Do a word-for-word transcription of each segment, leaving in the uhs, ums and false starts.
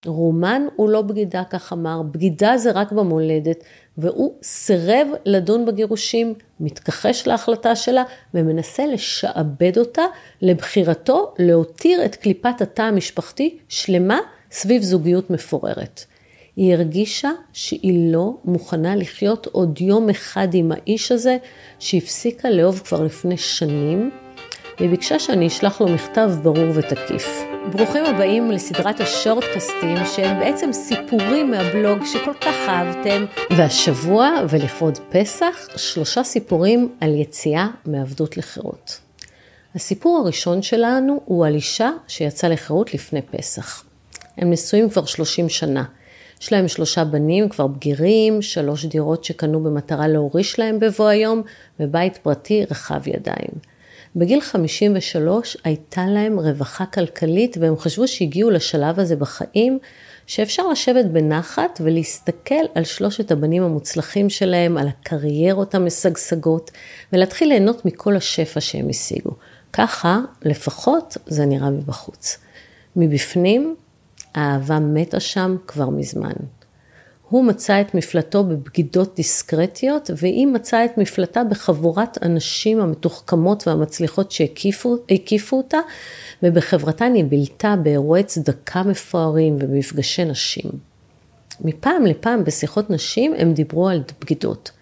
רומן הוא לא בגידה, כך אמר, בגידה זה רק במולדת, והוא סירב לדון בגירושים, מתכחש להחלטה שלה, ומנסה לשעבד אותה לבחירתו להותיר את קליפת התא המשפחתי שלמה סביב זוגיות מפוררת. היא הרגישה שהיא לא מוכנה לחיות עוד יום אחד עם האיש הזה, שהפסיקה לאהוב כבר לפני שנים, והיא ביקשה שאני אשלח לו מכתב ברור ותקיף. ברוכים הבאים לסדרת השורטקאסטים, שהם בעצם סיפורים מהבלוג שכל כך אהבתם. והשבוע, ולכבוד פסח, שלושה סיפורים על יציאה מעבדות לחירות. הסיפור הראשון שלנו הוא על אישה שיצאה לחירות לפני פסח. הם נשואים כבר שלושים שנה. יש להם שלושה בנים כבר בגירים, שלוש דירות שקנו במטרה להוריש להם בבוא היום, ובית פרטי רחב ידיים. בגיל חמישים ושלוש הייתה להם רווחה כלכלית, והם חשבו שהגיעו לשלב הזה בחיים, שאפשר לשבת בנחת ולהסתכל על שלושת הבנים המוצלחים שלהם, על הקריירות המשגשגות, ולהתחיל ליהנות מכל השפע שהם השיגו. ככה, לפחות, זה נראה מבחוץ. מבפנים, האהבה מתה שם כבר מזמן. הוא מצא את מפלטו בבגידות דיסקרטיות, והיא מצאה את מפלטה בחבורת אנשים המתוחכמות והמצליחות שהקיפו אותה, ובחברתן היא בילתה באירועי צדקה מפוארים ובמפגשי נשים. מפעם לפעם בשיחות נשים הם דיברו על בגידות,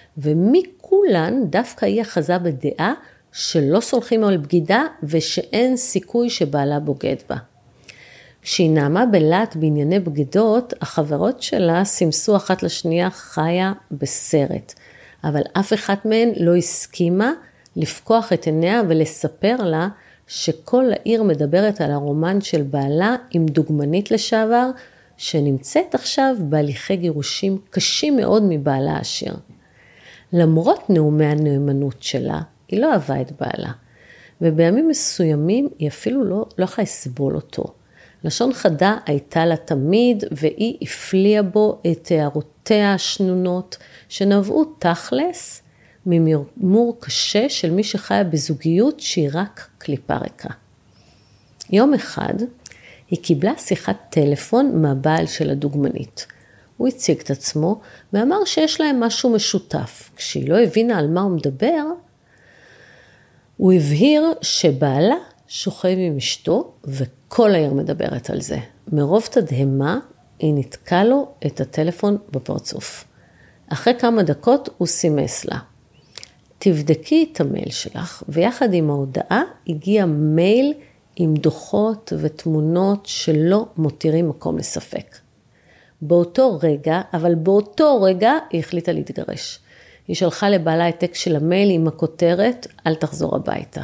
ומכולן דווקא היא אחזה בדעה שלא סולחים על בגידה ושאין סיכוי שבעלה בוגד בה. כשהיא נעמה בלט בענייני בגידות, החברות שלה סימסו אחת לשנייה חיה בסרט, אבל אף אחת מהן לא הסכימה לפקוח את עיניה ולספר לה שכל העיר מדברת על הרומן של בעלה עם דוגמנית לשעבר, שנמצאת עכשיו בהליכי גירושים קשים מאוד מבעלה העשיר. למרות נאומי הנאמנות שלה, היא לא אהבה את בעלה, ובימים מסוימים היא אפילו לא, לא יכולה לסבול אותו. לשון חדה הייתה לה תמיד, והיא הפליאה בו את הערותיה השנונות, שנבעו תכלס ממרמור קשה של מי שחיה בזוגיות שהיא רק קליפה ריקה. יום אחד היא קיבלה שיחת טלפון מהבעל של הדוגמנית. הוא הציג את עצמו ואמר שיש להם משהו משותף. כשהיא לא הבינה על מה הוא מדבר, הוא הבהיר שבעלה שוכב עם אשתו, וכל העיר מדברת על זה. מרוב תדהמה, היא נתקע לו את הטלפון בפרצוף. אחרי כמה דקות הוא סימס לה. תבדקי את המייל שלך, ויחד עם ההודעה הגיע מייל עם דוחות ותמונות שלא מותירים מקום לספק. באותו רגע, אבל באותו רגע היא החליטה להתגרש. היא שלחה לבעלה העתק של המייל עם הכותרת, אל תחזור הביתה.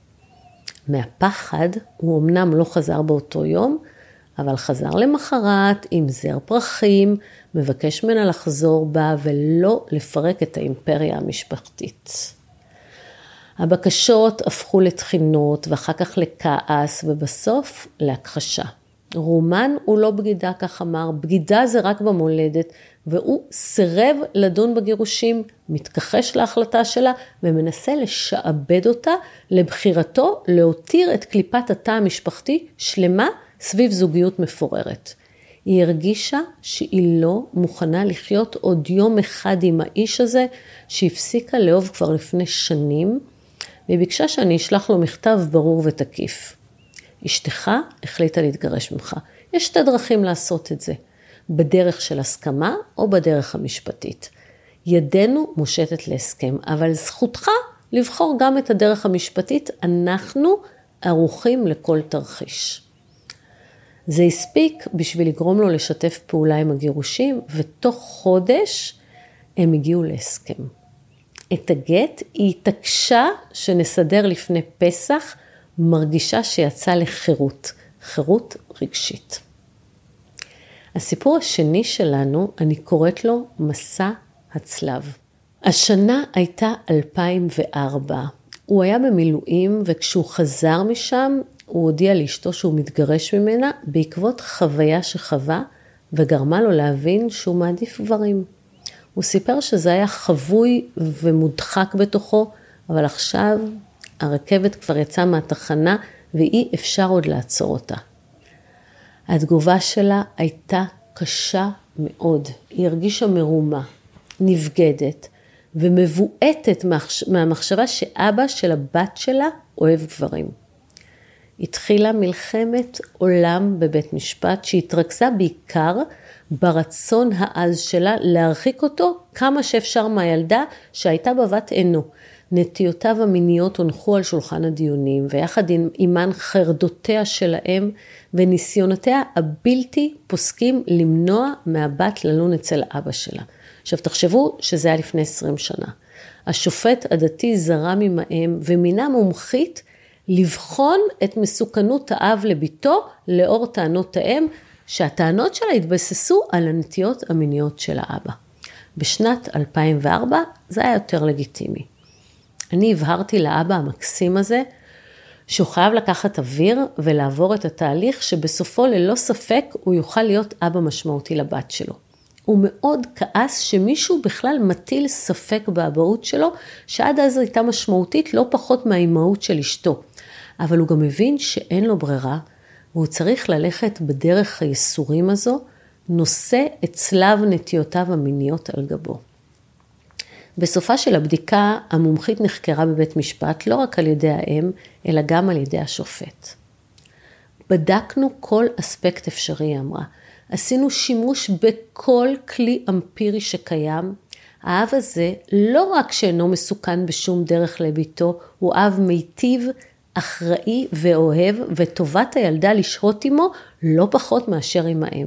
מהפחד הוא אמנם לא חזר באותו יום, אבל חזר למחרת עם זר פרחים, מבקש ממנה לחזור בה ולא לפרק את האימפריה המשפחתית. הבקשות הפכו לתחינות ואחר כך לכעס ובסוף להכחשה. רומן הוא לא בגידה, כך אמר, בגידה זה רק במולדת, והוא סירב לדון בגירושים, מתכחש להחלטה שלה ומנסה לשעבד אותה לבחירתו להותיר את קליפת התא המשפחתי שלמה סביב זוגיות מפוררת. היא הרגישה שהיא לא מוכנה לחיות עוד יום אחד עם האיש הזה, שהפסיקה לאהוב כבר לפני שנים, והיא ביקשה שאני אשלח לו מכתב ברור ותקיף. אשתך החליטה להתגרש ממך. יש שתי דרכים לעשות את זה, בדרך של הסכמה או בדרך המשפטית. ידנו מושטת להסכם, אבל זכותך לבחור גם את הדרך המשפטית, אנחנו ערוכים לכל תרחיש. זה הספיק בשביל לגרום לו לשתף פעולה עם הגירושים, ותוך חודש הם הגיעו להסכם. את הגט היא התעקשה שנסדר לפני פסח, מרגישה שיצא לחירות, חירות רגשית. הסיפור השני שלנו, אני קוראת לו מסע הצלב. השנה הייתה אלפיים וארבע. הוא היה במילואים, וכשהוא חזר משם, הוא הודיע לאשתו שהוא מתגרש ממנה, בעקבות חוויה שחווה, וגרמה לו להבין שהוא מעדיף גברים. הוא סיפר שזה היה חבוי ומודחק בתוכו, אבל עכשיו הרכבת כבר יצאה מהתחנה, ואי אפשר עוד לעצור אותה. התגובה שלה הייתה קשה מאוד. היא הרגישה מרומה, נבגדת ומבועטת מהמחשבה שאבא של הבת שלה אוהב גברים. התחילה מלחמת עולם בבית משפט שהתרכזה בעיקר ברצון העז שלה להרחיק אותו כמה שאפשר מהילדה שהייתה בבת עינו. נטיותיו המיניות הונחו על שולחן הדיונים, ויחד עם אימן חרדותיה שלהם וניסיונותיה הבלתי פוסקים למנוע מהבת ללון אצל אבא שלה. עכשיו תחשבו שזה היה לפני עשרים שנה. השופט הדתי זרם עמהם ומינה מומחית לבחון את מסוכנות האב לביתו לאור טענות האם, שהטענות שלה התבססו על הנטיות המיניות של האבא. בשנת אלפיים וארבע זה היה יותר לגיטימי. אני הבהרתי לאבא המקסים הזה, שהוא חייב לקחת אוויר ולעבור את התהליך שבסופו ללא ספק הוא יוכל להיות אבא משמעותי לבת שלו. הוא מאוד כעס שמישהו בכלל מטיל ספק באבהות שלו, שעד אז הייתה משמעותית לא פחות מהאימהות של אשתו. אבל הוא גם מבין שאין לו ברירה, והוא צריך ללכת בדרך היסורים הזו, נושא את צלב נטיותיו המיניות על גבו. בסופה של הבדיקה, המומחית נחקרה בבית משפט, לא רק על ידי האם, אלא גם על ידי השופט. בדקנו כל אספקט אפשרי, אמרה. עשינו שימוש בכל כלי אמפירי שקיים. האב הזה לא רק שאינו מסוכן בשום דרך לביתו, הוא אב מיטיב, אחראי ואוהב, וטובת הילדה לשהות עמו לא פחות מאשר עם האם.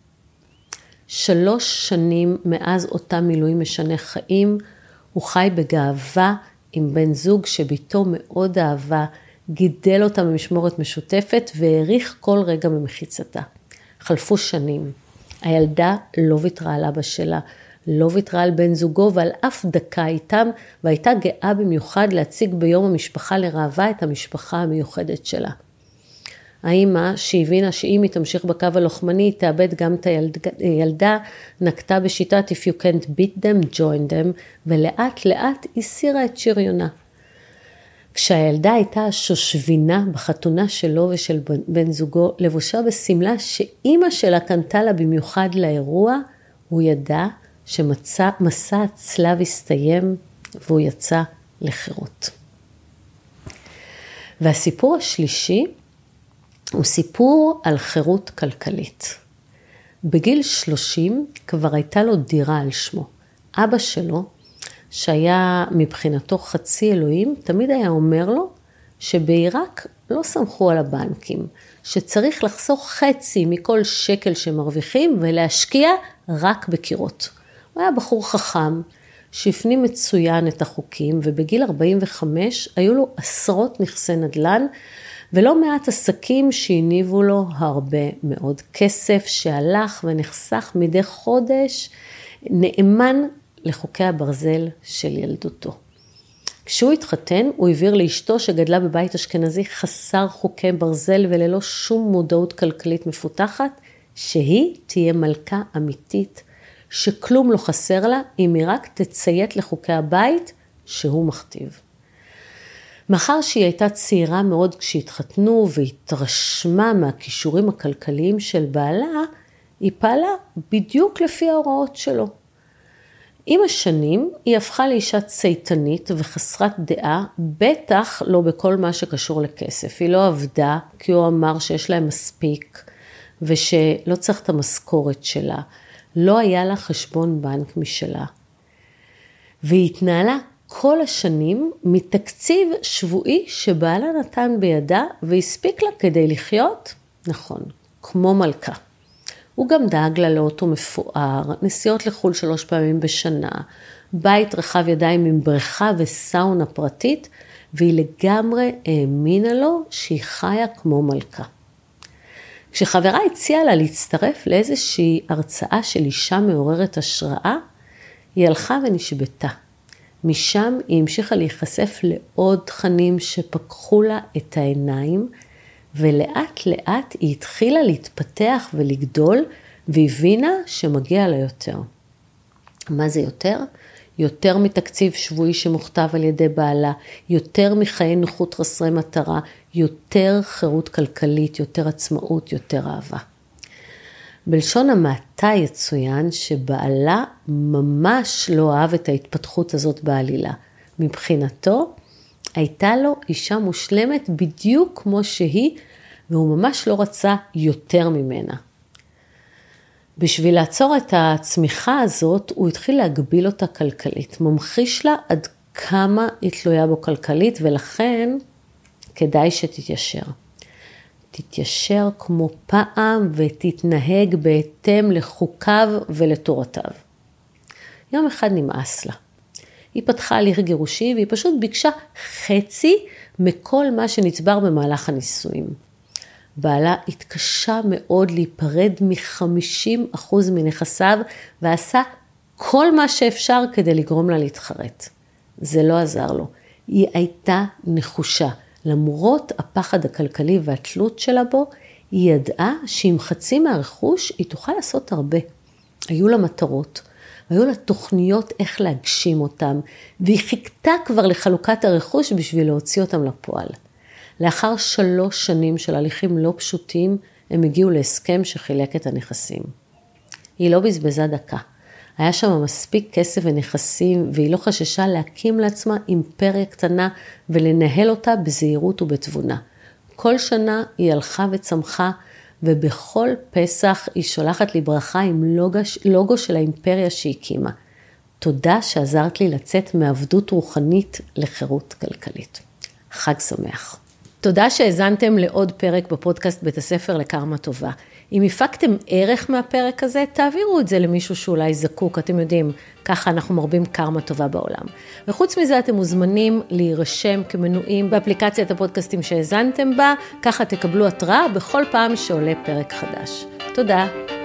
שלוש שנים מאז אותה מילואים משנה חיים, הוא חי בגאווה עם בן זוג שביתו מאוד אהבה, גידל אותה במשמורת משותפת והעריך כל רגע ממחיצתה. חלפו שנים. הילדה לא ויתרה על אבא שלה, לא ויתרה על בן זוגו ועל אף דקה איתם, והייתה גאה במיוחד להציג ביום המשפחה לראווה את המשפחה המיוחדת שלה. האמא שהבינה שאם היא תמשיך בקו הלוחמני, היא תאבד גם את הילדה, נקטה בשיטת if you can't beat them, join them, ולאט לאט הסירה את שריונה. כשהילדה הייתה שושבינה בחתונה שלו ושל בן זוגו, לבושה בסמלה שאימא שלה קנתה לה במיוחד לאירוע, הוא ידע שמסע הצלב הסתיים והוא יצא לחירות. והסיפור השלישי הוא סיפור על חירות כלכלית. בגיל שלושים כבר הייתה לו דירה על שמו. אבא שלו, שהיה מבחינתו חצי אלוהים, תמיד היה אומר לו שבעיראק לא סמכו על הבנקים, שצריך לחסוך חצי מכל שקל שמרוויחים ולהשקיע רק בקירות. הוא היה בחור חכם, שהפנים מצוין את החוקים, ובגיל ארבעים וחמש היו לו עשרות נכסי נדל"ן, ולא מעט עסקים שהניבו לו הרבה מאוד כסף, שהלך ונחסך מדי חודש, נאמן לחוקי הברזל של ילדותו. כשהוא התחתן, הוא העביר לאשתו שגדלה בבית אשכנזי חסר חוקי ברזל וללא שום מודעות כלכלית מפותחת, שהיא תהיה מלכה אמיתית, שכלום לא חסר לה, אם היא רק תציית לחוקי הבית שהוא מכתיב. מאחר שהיא הייתה צעירה מאוד כשהתחתנו והתרשמה מהכישורים הכלכליים של בעלה, היא פעלה בדיוק לפי ההוראות שלו. עם השנים היא הפכה לאישה צייתנית וחסרת דעה, בטח לא בכל מה שקשור לכסף. היא לא עבדה כי הוא אמר שיש להם מספיק ושלא צריך את המשכורת שלה. לא היה לה חשבון בנק משלה. והיא התנהלה כל השנים מתקציב שבועי שבעלה נתן בידה והספיק לה כדי לחיות, נכון, כמו מלכה. הוא גם דאג לה לאוטו מפואר, נסיעות לחול שלוש פעמים בשנה, בית רחב ידיים עם בריכה וסאונה פרטית, והיא לגמרי האמינה לו שהיא חיה כמו מלכה. כשחברה הציעה לה להצטרף לאיזושהי הרצאה של אישה מעוררת השראה, היא הלכה ונשבתה. משם היא המשיכה להיחשף לעוד תכנים שפקחו לה את העיניים, ולאט לאט היא התחילה להתפתח ולגדול, והבינה שמגיע לה יותר. מה זה יותר? יותר מתקציב שבועי שמוכתב על ידי בעלה, יותר מחיי נוחות חסרי מטרה, יותר חירות כלכלית, יותר עצמאות, יותר אהבה. בלשון המעטה יצוין שבעלה ממש לא אהב את ההתפתחות הזאת בעלילה. מבחינתו הייתה לו אישה מושלמת בדיוק כמו שהיא, והוא ממש לא רצה יותר ממנה. בשביל לעצור את הצמיחה הזאת, הוא התחיל להגביל אותה כלכלית. ממחיש לה עד כמה היא תלויה בו כלכלית, ולכן כדאי שתתיישר. תתיישר כמו פעם ותתנהג בהתאם לחוקיו ולתורתיו. יום אחד נמאס לה. היא פתחה הליך גירושי והיא פשוט ביקשה חצי מכל מה שנצבר במהלך הנישואים. בעלה התקשה מאוד להיפרד מ-חמישים אחוז מנכסיו ועשה כל מה שאפשר כדי לגרום לה להתחרט. זה לא עזר לו. היא הייתה נחושה. למרות הפחד הכלכלי והתלות שלה בו, היא ידעה שעם חצי מהרכוש היא תוכל לעשות הרבה. היו לה מטרות, היו לה תוכניות איך להגשים אותם, והיא חיכתה כבר לחלוקת הרכוש בשביל להוציא אותם לפועל. לאחר שלוש שנים של הליכים לא פשוטים, הם הגיעו להסכם שחילק את הנכסים. היא לא בזבזה דקה. היה שם מספיק כסף ונכסים, והיא לא חששה להקים לעצמה אימפריה קטנה ולנהל אותה בזהירות ובתבונה. כל שנה היא הלכה וצמחה, ובכל פסח היא שולחת לי ברכה עם לוגו, לוגו של האימפריה שהקימה. תודה שעזרת לי לצאת מעבדות רוחנית לחירות כלכלית. חג שמח. תודה שהזנתם לעוד פרק בפודקאסט בית הספר לקרמה טובה. אם הפקתם ערך מהפרק הזה, תעבירו את זה למישהו שאולי זקוק, אתם יודעים, ככה אנחנו מרבים קרמה טובה בעולם. וחוץ מזה אתם מוזמנים להירשם כמנויים באפליקציית הפודקאסטים שהזנתם בה, ככה תקבלו התראה בכל פעם שעולה פרק חדש. תודה.